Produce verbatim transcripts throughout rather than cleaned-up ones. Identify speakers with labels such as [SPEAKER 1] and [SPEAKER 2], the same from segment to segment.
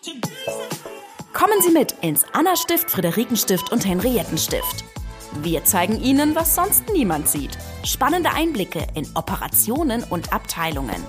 [SPEAKER 1] Kommen Sie mit ins Anna-Stift, Friederiken-Stift und Henriettenstift. Wir zeigen Ihnen, was sonst niemand sieht. Spannende Einblicke in Operationen und Abteilungen.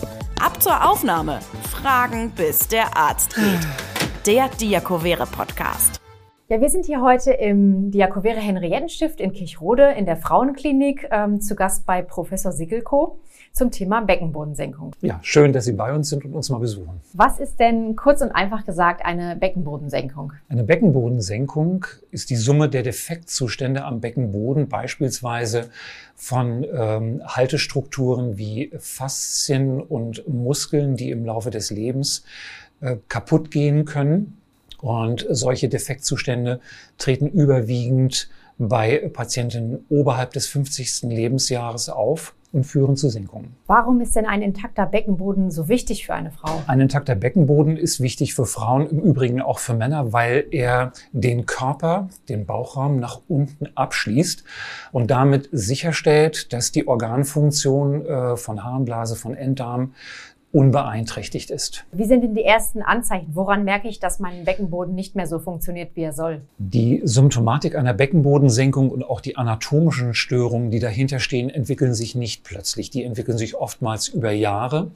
[SPEAKER 1] Ab zur Aufnahme. Fragen, bis der Arzt geht. Der Diakovere-Podcast.
[SPEAKER 2] Ja, wir sind hier heute im Diakovere Henriettenstift in Kirchrode in der Frauenklinik ähm, zu Gast bei Professor Sigelko zum Thema Beckenbodensenkung.
[SPEAKER 3] Ja, schön, dass Sie bei uns sind und uns mal besuchen.
[SPEAKER 2] Was ist denn kurz und einfach gesagt eine Beckenbodensenkung?
[SPEAKER 3] Eine Beckenbodensenkung ist die Summe der Defektzustände am Beckenboden, beispielsweise von ähm, Haltestrukturen wie Faszien und Muskeln, die im Laufe des Lebens äh, kaputt gehen können. Und solche Defektzustände treten überwiegend bei Patienten oberhalb des fünfzigsten Lebensjahres auf und führen zu Senkungen.
[SPEAKER 2] Warum ist denn ein intakter Beckenboden so wichtig für eine Frau?
[SPEAKER 3] Ein intakter Beckenboden ist wichtig für Frauen, im Übrigen auch für Männer, weil er den Körper, den Bauchraum nach unten abschließt und damit sicherstellt, dass die Organfunktion äh, von Harnblase, von Enddarm unbeeinträchtigt ist.
[SPEAKER 2] Wie sind denn die ersten Anzeichen? Woran merke ich, dass mein Beckenboden nicht mehr so funktioniert, wie er soll?
[SPEAKER 3] Die Symptomatik einer Beckenbodensenkung und auch die anatomischen Störungen, die dahinter stehen, entwickeln sich nicht plötzlich. Die entwickeln sich oftmals über Jahre.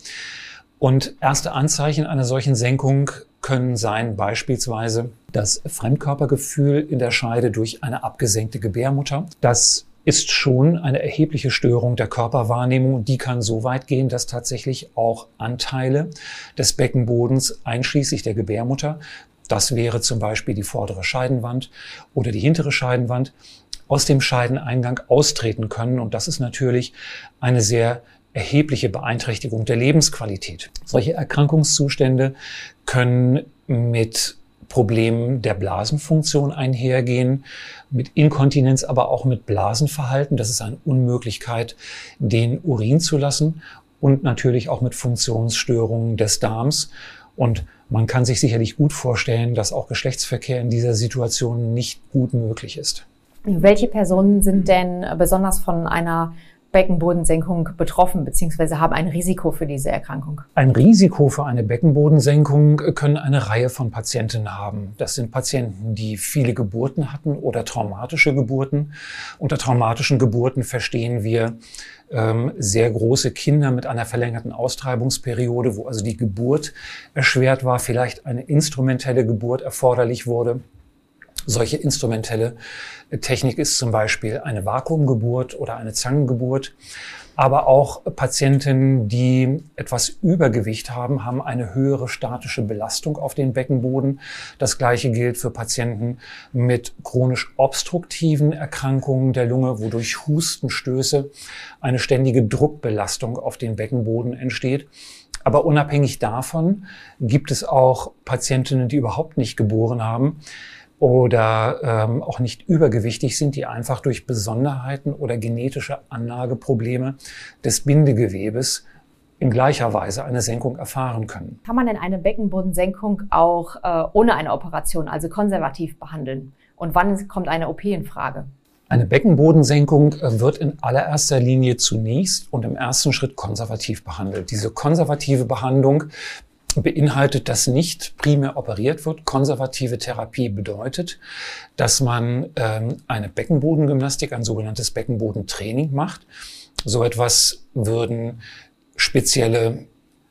[SPEAKER 3] Und erste Anzeichen einer solchen Senkung können sein beispielsweise das Fremdkörpergefühl in der Scheide durch eine abgesenkte Gebärmutter. Das ist schon eine erhebliche Störung der Körperwahrnehmung und die kann so weit gehen, dass tatsächlich auch Anteile des Beckenbodens einschließlich der Gebärmutter, das wäre zum Beispiel die vordere Scheidenwand oder die hintere Scheidenwand, aus dem Scheideneingang austreten können und das ist natürlich eine sehr erhebliche Beeinträchtigung der Lebensqualität. Solche Erkrankungszustände können mit Problemen der Blasenfunktion einhergehen, mit Inkontinenz, aber auch mit Blasenverhalten. Das ist eine Unmöglichkeit, den Urin zu lassen und natürlich auch mit Funktionsstörungen des Darms. Und man kann sich sicherlich gut vorstellen, dass auch Geschlechtsverkehr in dieser Situation nicht gut möglich ist.
[SPEAKER 2] Welche Personen sind denn besonders von einer Beckenbodensenkung betroffen bzw. haben ein Risiko für diese Erkrankung?
[SPEAKER 3] Ein Risiko für eine Beckenbodensenkung können eine Reihe von Patienten haben. Das sind Patienten, die viele Geburten hatten oder traumatische Geburten. Unter traumatischen Geburten verstehen wir ähm, sehr große Kinder mit einer verlängerten Austreibungsperiode, wo also die Geburt erschwert war, vielleicht eine instrumentelle Geburt erforderlich wurde. Solche instrumentelle Technik ist zum Beispiel eine Vakuumgeburt oder eine Zangengeburt. Aber auch Patienten, die etwas Übergewicht haben, haben eine höhere statische Belastung auf den Beckenboden. Das Gleiche gilt für Patienten mit chronisch obstruktiven Erkrankungen der Lunge, wodurch Hustenstöße eine ständige Druckbelastung auf den Beckenboden entsteht. Aber unabhängig davon gibt es auch Patientinnen, die überhaupt nicht geboren haben, oder ähm, auch nicht übergewichtig sind, die einfach durch Besonderheiten oder genetische Anlageprobleme des Bindegewebes in gleicher Weise eine Senkung erfahren können.
[SPEAKER 2] Kann man denn eine Beckenbodensenkung auch äh, ohne eine Operation, also konservativ behandeln? Und wann kommt eine O P in Frage?
[SPEAKER 3] Eine Beckenbodensenkung wird in allererster Linie zunächst und im ersten Schritt konservativ behandelt. Diese konservative Behandlung beinhaltet, dass nicht primär operiert wird. Konservative Therapie bedeutet, dass man ähm, eine Beckenbodengymnastik, ein sogenanntes Beckenbodentraining macht. So etwas würden spezielle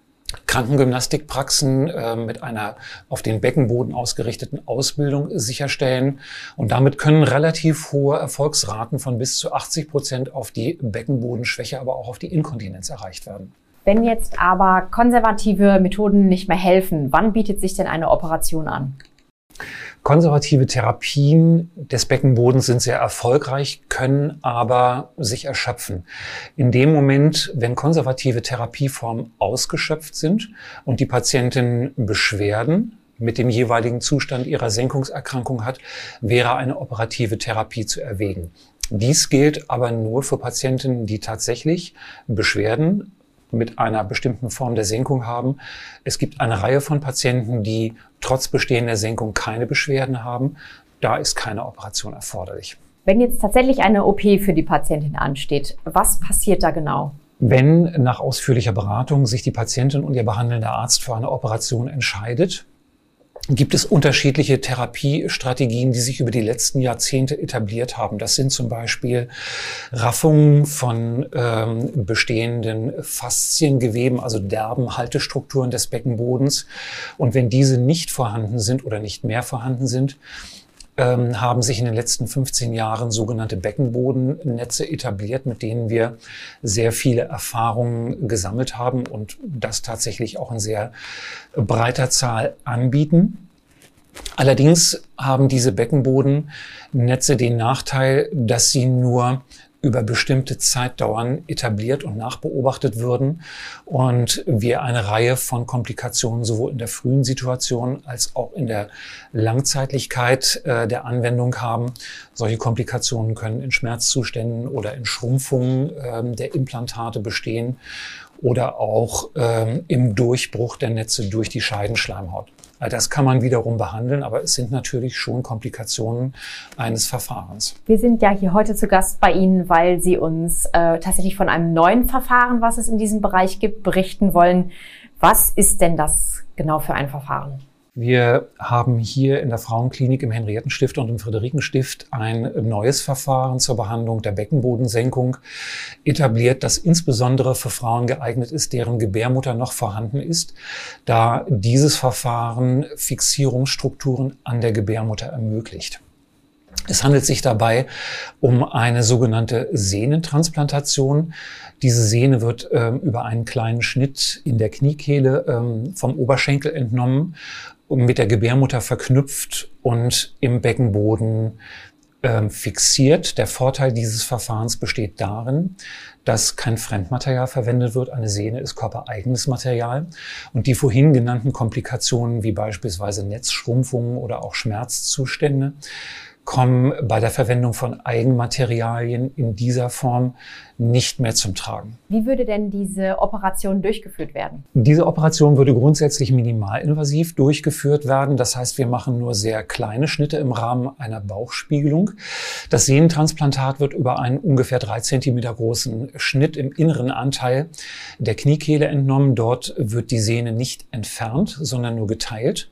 [SPEAKER 3] Krankengymnastikpraxen äh, mit einer auf den Beckenboden ausgerichteten Ausbildung sicherstellen. Und damit können relativ hohe Erfolgsraten von bis zu achtzig Prozent auf die Beckenbodenschwäche, aber auch auf die Inkontinenz erreicht werden.
[SPEAKER 2] Wenn jetzt aber konservative Methoden nicht mehr helfen, wann bietet sich denn eine Operation an?
[SPEAKER 3] Konservative Therapien des Beckenbodens sind sehr erfolgreich, können aber sich erschöpfen. In dem Moment, wenn konservative Therapieformen ausgeschöpft sind und die Patientin Beschwerden mit dem jeweiligen Zustand ihrer Senkungserkrankung hat, wäre eine operative Therapie zu erwägen. Dies gilt aber nur für Patienten, die tatsächlich Beschwerden mit einer bestimmten Form der Senkung haben. Es gibt eine Reihe von Patienten, die trotz bestehender Senkung keine Beschwerden haben. Da ist keine Operation erforderlich.
[SPEAKER 2] Wenn jetzt tatsächlich eine O P für die Patientin ansteht, was passiert da genau?
[SPEAKER 3] Wenn nach ausführlicher Beratung sich die Patientin und ihr behandelnder Arzt für eine Operation entscheidet gibt es unterschiedliche Therapiestrategien, die sich über die letzten Jahrzehnte etabliert haben. Das sind zum Beispiel Raffungen von ähm, bestehenden Fasziengeweben, also derben Haltestrukturen des Beckenbodens. Und wenn diese nicht vorhanden sind oder nicht mehr vorhanden sind, ähm, haben sich in den letzten fünfzehn Jahren sogenannte Beckenbodennetze etabliert, mit denen wir sehr viele Erfahrungen gesammelt haben und das tatsächlich auch in sehr breiter Zahl anbieten. Allerdings haben diese Beckenbodennetze den Nachteil, dass sie nur über bestimmte Zeitdauern etabliert und nachbeobachtet würden und wir eine Reihe von Komplikationen sowohl in der frühen Situation als auch in der Langzeitlichkeit äh, der Anwendung haben. Solche Komplikationen können in Schmerzzuständen oder in Schrumpfungen äh, der Implantate bestehen oder auch äh, im Durchbruch der Netze durch die Scheidenschleimhaut. Das kann man wiederum behandeln, aber es sind natürlich schon Komplikationen eines Verfahrens.
[SPEAKER 2] Wir sind ja hier heute zu Gast bei Ihnen, weil Sie uns äh, tatsächlich von einem neuen Verfahren, was es in diesem Bereich gibt, berichten wollen. Was ist denn das genau für ein Verfahren?
[SPEAKER 3] Wir haben hier in der Frauenklinik im Henriettenstift und im Friederikenstift ein neues Verfahren zur Behandlung der Beckenbodensenkung etabliert, das insbesondere für Frauen geeignet ist, deren Gebärmutter noch vorhanden ist, da dieses Verfahren Fixierungsstrukturen an der Gebärmutter ermöglicht. Es handelt sich dabei um eine sogenannte Sehnentransplantation. Diese Sehne wird ähm, über einen kleinen Schnitt in der Kniekehle ähm, vom Oberschenkel entnommen und mit der Gebärmutter verknüpft und im Beckenboden ähm, fixiert. Der Vorteil dieses Verfahrens besteht darin, dass kein Fremdmaterial verwendet wird. Eine Sehne ist körpereigenes Material. Und die vorhin genannten Komplikationen wie beispielsweise Netzschrumpfungen oder auch Schmerzzustände kommen bei der Verwendung von Eigenmaterialien in dieser Form nicht mehr zum Tragen.
[SPEAKER 2] Wie würde denn diese Operation durchgeführt werden?
[SPEAKER 3] Diese Operation würde grundsätzlich minimalinvasiv durchgeführt werden. Das heißt, wir machen nur sehr kleine Schnitte im Rahmen einer Bauchspiegelung. Das Sehnentransplantat wird über einen ungefähr drei Zentimeter großen Schnitt im inneren Anteil der Kniekehle entnommen. Dort wird die Sehne nicht entfernt, sondern nur geteilt.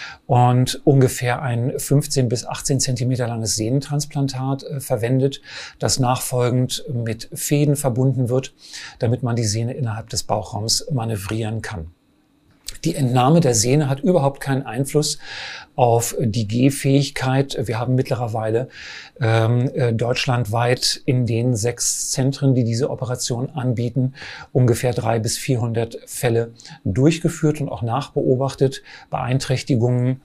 [SPEAKER 3] Und ungefähr ein fünfzehn bis achtzehn Zentimeter langes Sehnentransplantat äh, verwendet, das nachfolgend mit Fäden verbunden wird, damit man die Sehne innerhalb des Bauchraums manövrieren kann. Die Entnahme der Sehne hat überhaupt keinen Einfluss auf die Gehfähigkeit. Wir haben mittlerweile ähm, deutschlandweit in den sechs Zentren, die diese Operation anbieten, ungefähr dreihundert bis vierhundert Fälle durchgeführt und auch nachbeobachtet. Beeinträchtigungen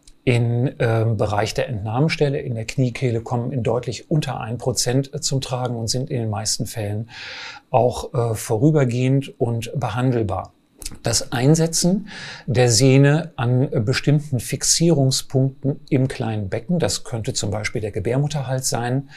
[SPEAKER 3] im äh, Bereich der Entnahmestelle in der Kniekehle kommen in deutlich unter ein Prozent zum Tragen und sind in den meisten Fällen auch äh, vorübergehend und behandelbar. Das Einsetzen der Sehne an bestimmten Fixierungspunkten im kleinen Becken, das könnte zum Beispiel der Gebärmutterhals sein,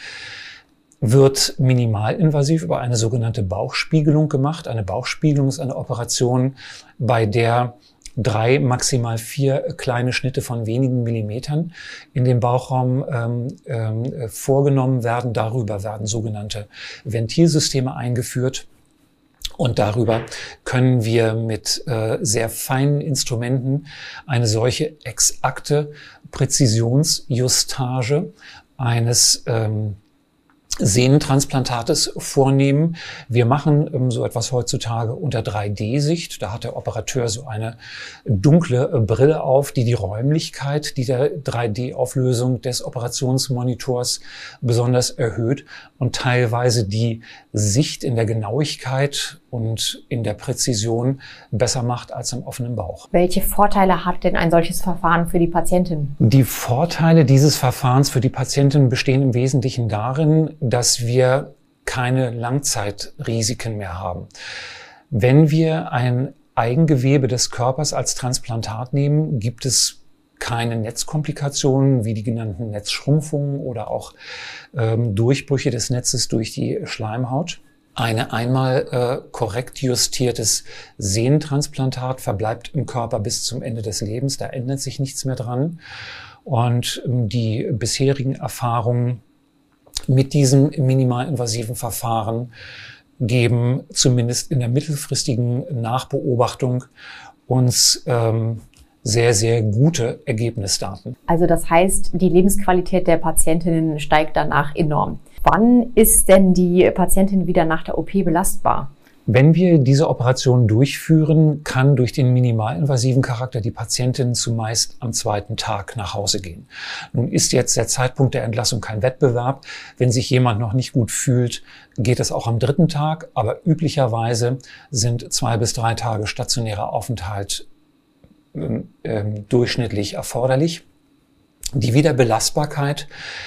[SPEAKER 3] wird minimalinvasiv über eine sogenannte Bauchspiegelung gemacht. Eine Bauchspiegelung ist eine Operation, bei der drei, maximal vier kleine Schnitte von wenigen Millimetern in den Bauchraum ähm, ähm, vorgenommen werden. Darüber werden sogenannte Ventilsysteme eingeführt. Und darüber können wir mit äh, sehr feinen Instrumenten eine solche exakte Präzisionsjustage eines ähm, Sehnentransplantates vornehmen. Wir machen ähm, so etwas heutzutage unter drei D Sicht. Da hat der Operateur so eine dunkle äh, Brille auf, die die Räumlichkeit dieser drei D Auflösung des Operationsmonitors besonders erhöht und teilweise die Sicht in der Genauigkeit und in der Präzision besser macht als im offenen Bauch.
[SPEAKER 2] Welche Vorteile hat denn ein solches Verfahren für die Patientin?
[SPEAKER 3] Die Vorteile dieses Verfahrens für die Patientin bestehen im Wesentlichen darin, dass wir keine Langzeitrisiken mehr haben. Wenn wir ein Eigengewebe des Körpers als Transplantat nehmen, gibt es keine Netzkomplikationen wie die genannten Netzschrumpfungen oder auch ähm, Durchbrüche des Netzes durch die Schleimhaut. Eine einmal äh, korrekt justiertes Sehnentransplantat verbleibt im Körper bis zum Ende des Lebens. Da ändert sich nichts mehr dran. Und ähm, die bisherigen Erfahrungen mit diesem minimalinvasiven Verfahren geben zumindest in der mittelfristigen Nachbeobachtung uns ähm, sehr, sehr gute Ergebnisdaten.
[SPEAKER 2] Also das heißt, die Lebensqualität der Patientinnen steigt danach enorm. Wann ist denn die Patientin wieder nach der O P belastbar?
[SPEAKER 3] Wenn wir diese Operation durchführen, kann durch den minimalinvasiven Charakter die Patientin zumeist am zweiten Tag nach Hause gehen. Nun ist jetzt der Zeitpunkt der Entlassung kein Wettbewerb. Wenn sich jemand noch nicht gut fühlt, geht es auch am dritten Tag. Aber üblicherweise sind zwei bis drei Tage stationärer Aufenthalt äh, durchschnittlich erforderlich. Die Wiederbelastbarkeit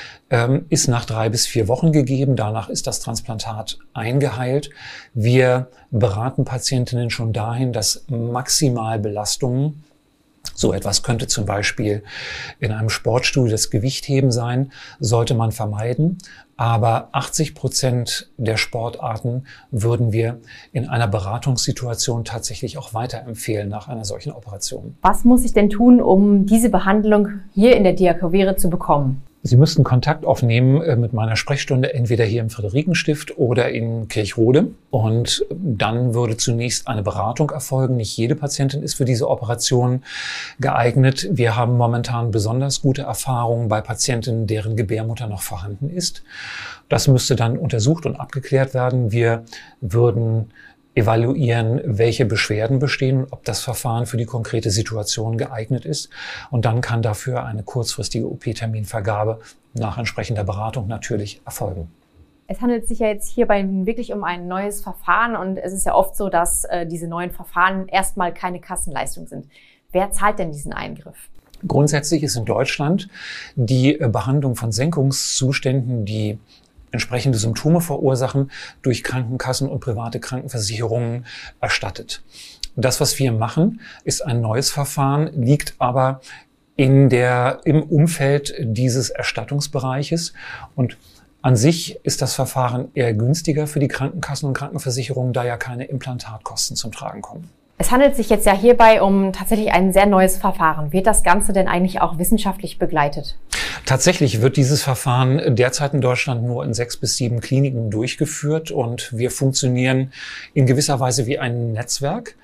[SPEAKER 3] ist nach drei bis vier Wochen gegeben. Danach ist das Transplantat eingeheilt. Wir beraten Patientinnen schon dahin, dass Maximalbelastungen, so etwas könnte zum Beispiel in einem Sportstudio das Gewichtheben sein, sollte man vermeiden. Aber achtzig Prozent der Sportarten würden wir in einer Beratungssituation tatsächlich auch weiterempfehlen nach einer solchen Operation.
[SPEAKER 2] Was muss ich denn tun, um diese Behandlung hier in der Diakovere zu bekommen?
[SPEAKER 3] Sie müssten Kontakt aufnehmen mit meiner Sprechstunde, entweder hier im Friederikenstift oder in Kirchrode. Und dann würde zunächst eine Beratung erfolgen. Nicht jede Patientin ist für diese Operation geeignet. Wir haben momentan besonders gute Erfahrungen bei Patientinnen, deren Gebärmutter noch vorhanden ist. Das müsste dann untersucht und abgeklärt werden. Wir würden evaluieren, welche Beschwerden bestehen und ob das Verfahren für die konkrete Situation geeignet ist. Und dann kann dafür eine kurzfristige O P-Terminvergabe nach entsprechender Beratung natürlich erfolgen.
[SPEAKER 2] Es handelt sich ja jetzt hierbei wirklich um ein neues Verfahren und es ist ja oft so, dass äh, diese neuen Verfahren erstmal keine Kassenleistung sind. Wer zahlt denn diesen Eingriff?
[SPEAKER 3] Grundsätzlich ist in Deutschland die Behandlung von Senkungszuständen, die entsprechende Symptome verursachen, durch Krankenkassen und private Krankenversicherungen erstattet. Das, was wir machen, ist ein neues Verfahren, liegt aber in der, im Umfeld dieses Erstattungsbereiches. Und an sich ist das Verfahren eher günstiger für die Krankenkassen und Krankenversicherungen, da ja keine Implantatkosten zum Tragen kommen.
[SPEAKER 2] Es handelt sich jetzt ja hierbei um tatsächlich ein sehr neues Verfahren. Wird das Ganze denn eigentlich auch wissenschaftlich begleitet?
[SPEAKER 3] Tatsächlich wird dieses Verfahren derzeit in Deutschland nur in sechs bis sieben Kliniken durchgeführt und wir funktionieren in gewisser Weise wie ein Netzwerk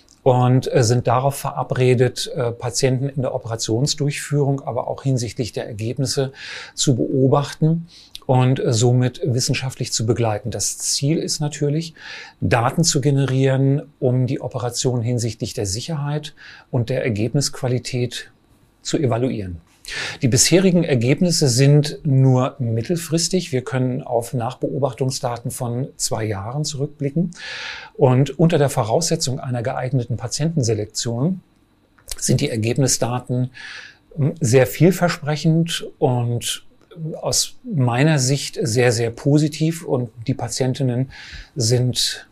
[SPEAKER 3] und sind darauf verabredet, Patienten in der Operationsdurchführung, aber auch hinsichtlich der Ergebnisse zu beobachten und somit wissenschaftlich zu begleiten. Das Ziel ist natürlich, Daten zu generieren, um die Operation hinsichtlich der Sicherheit und der Ergebnisqualität zu evaluieren. Die bisherigen Ergebnisse sind nur mittelfristig. Wir können auf Nachbeobachtungsdaten von zwei Jahren zurückblicken. Und unter der Voraussetzung einer geeigneten Patientenselektion sind die Ergebnisdaten sehr vielversprechend und aus meiner Sicht sehr, sehr positiv. Und die Patientinnen sind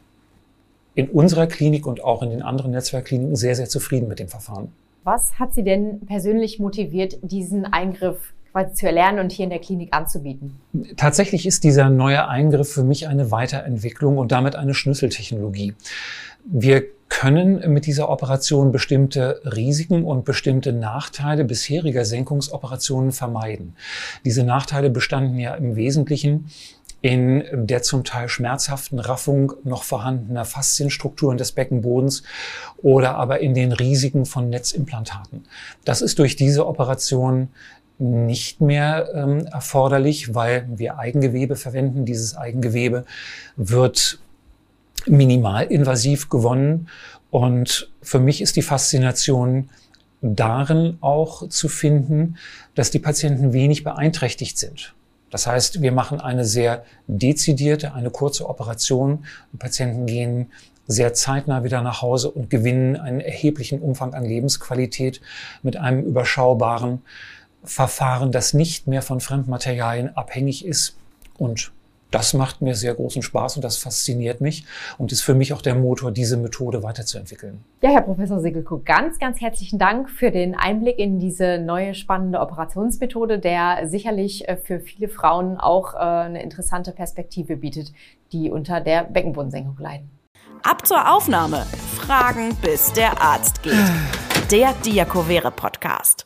[SPEAKER 3] in unserer Klinik und auch in den anderen Netzwerkkliniken sehr, sehr zufrieden mit dem Verfahren.
[SPEAKER 2] Was hat Sie denn persönlich motiviert, diesen Eingriff quasi zu erlernen und hier in der Klinik anzubieten?
[SPEAKER 3] Tatsächlich ist dieser neue Eingriff für mich eine Weiterentwicklung und damit eine Schlüsseltechnologie. Wir können mit dieser Operation bestimmte Risiken und bestimmte Nachteile bisheriger Senkungsoperationen vermeiden. Diese Nachteile bestanden ja im Wesentlichen in der zum Teil schmerzhaften Raffung noch vorhandener Faszienstrukturen des Beckenbodens oder aber in den Risiken von Netzimplantaten. Das ist durch diese Operation nicht mehr ähm, erforderlich, weil wir Eigengewebe verwenden. Dieses Eigengewebe wird minimalinvasiv gewonnen und für mich ist die Faszination darin auch zu finden, dass die Patienten wenig beeinträchtigt sind. Das heißt, wir machen eine sehr dezidierte, eine kurze Operation. Die Patienten gehen sehr zeitnah wieder nach Hause und gewinnen einen erheblichen Umfang an Lebensqualität mit einem überschaubaren Verfahren, das nicht mehr von Fremdmaterialien abhängig ist. Und das macht mir sehr großen Spaß und das fasziniert mich und ist für mich auch der Motor, diese Methode weiterzuentwickeln.
[SPEAKER 2] Ja, Herr Professor Sigelko, ganz, ganz herzlichen Dank für den Einblick in diese neue spannende Operationsmethode, der sicherlich für viele Frauen auch eine interessante Perspektive bietet, die unter der Beckenbodensenkung leiden.
[SPEAKER 1] Ab zur Aufnahme. Fragen, bis der Arzt geht. Der Diakovere Podcast.